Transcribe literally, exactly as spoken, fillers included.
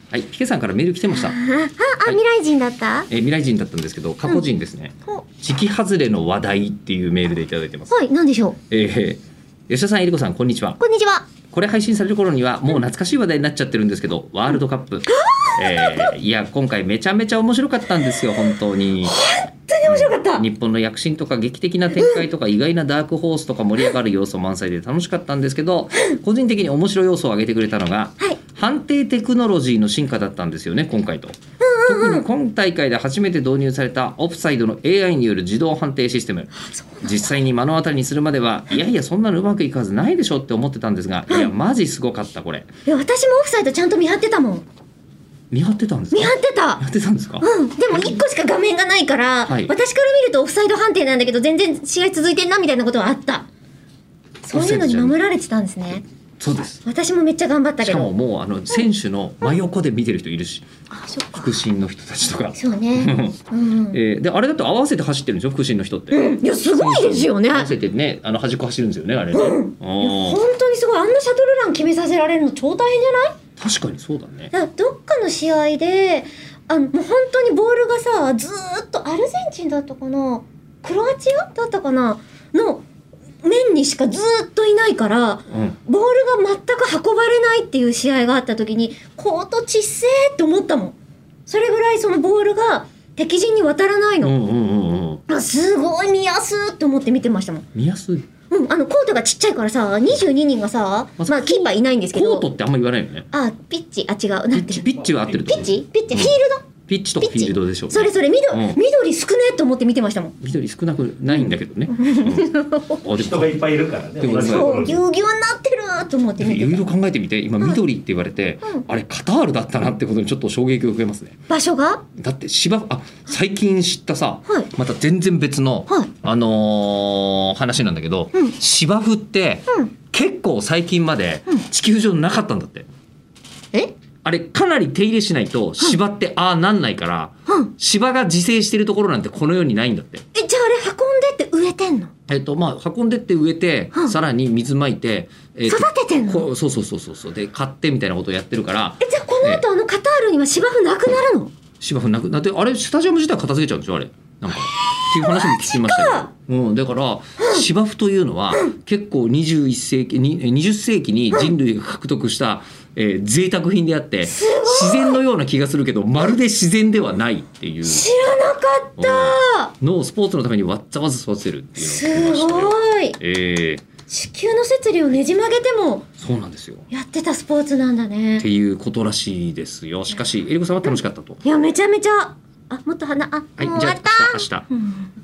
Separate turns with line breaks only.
はい、ピケさんからメール来てました。あ、あ、
あ、未来人だった？
えー、未来人だったんですけど、過去人ですね。うん、時期外れの話題っていうメールでいただいてます。
はい、なんでしょう。
えー、吉田さん、えりこさん、こんにちは。
こんにちは。
これ配信される頃にはもう懐かしい話題になっちゃってるんですけど、ワールドカップ、えー、いや今回めちゃめちゃ面白かったんですよ。本当に
本当に面白かった。
日本の躍進とか劇的な展開とか意外なダークホースとか盛り上がる要素満載で楽しかったんですけど、個人的に面白い要素を挙げてくれたのが、はい、判定テクノロジーの進化だったんですよね、今回と。特に今大会で初めて導入されたオフサイドの エーアイ による自動判定システム、実際に目の当たりにするまではいやいやそんなのうまくいくはずないでしょって思ってたんですが、いやマジすごかったこれ。
いや私もオフサイドちゃんと見張ってたもん。
見張ってたんですか？
見張ってた。
見張ってたんですか？
うん。でもいっこしか画面がないから、はい、私から見るとオフサイド判定なんだけど全然試合続いてんなみたいなことはあった。そういうのに守られてたんですね。
そうです。
私もめっちゃ頑張ったけど。
しかももうあの選手の真横で見てる人いるし、
うん、あ、そっか。
腹心の人たちとか。
そうね。うん、え
ー、であれだと合わせて走ってるんですよ、腹心の人って。
うん、いやすごいですよね。
合わせてね、あの端っこ走るんですよねあれね。
うん、本当にすごい。あんなシャトルラン決めさせられるの超大変じゃない？
確かにそうだね。
だからどっかの試合であのもう本当にボールがさずーっとアルゼンチンだったかなクロアチアだったかなの面にしかずーっといないから、うん、ボールが全く運ばれないっていう試合があった時にコートちっせーって思ったもん。それぐらいそのボールが敵陣に渡らないの、うんうんうんうん、あすごい見やすーって思って見てましたもん。
見やすい。
うん、あのコートがちっちゃいからさにじゅうににんがさ、まあ、キーパーいないんですけど
コートってあんま言わないよね。
あピッチあ違うなんて
ピッチは合ってると
ピッチピッチ、うん、フィールド
ピッチとフィールドでしょう、ね、
それそれ緑、うん、緑少ねえと思って見てましたもん。
緑少なくないんだけどね、うん
うん、人がいっぱいいるからね。
そうぎゅうぎゅうになってると思って見てた。
いろいろ考えてみて今緑って言われて、うん、あれカタールだったなってことにちょっと衝撃を受けますね。
場所が
だって芝あ最近知ったさ、
はい、
また全然別の、はい、あのー、話なんだけど、うん、芝生って、うん、結構最近まで地球上なかったんだって、
うん、え
あれかなり手入れしないと芝ってああなんないから、うん、芝が自生してるところなんてこの世にないんだって。
えじゃああれ運んでって植えてんの？
えっとまあ運んでって植えて、うん、さらに水まいて、
えー、育ててんの？
こそうそうそうそうで買ってみたいなことをやってるから。
えじゃあこの後あのカタールには芝生なくなるの？
芝生なくなってあれスタジアム自体片付けちゃうんでしょあれなんかっていう話も聞きましたけど、うん、だから芝生というのは結構にじゅういっせいきににじゅっせいきに人類が獲得したえー、贅沢品であって自然のような気がするけどまるで自然ではないっていう
知らなかった
のをスポーツのためにわざわざ育ててるっていうのを聞きましたよ。
すごい、
えー、
地球の摂理をねじ曲げても
そうなんですよ
やってたスポーツなんだね
っていうことらしいですよ。しかしえりこさんは楽しかったと。
いやめちゃめちゃあもっと花あ
はい、
もう終わった。
じゃあ明日明日、
うん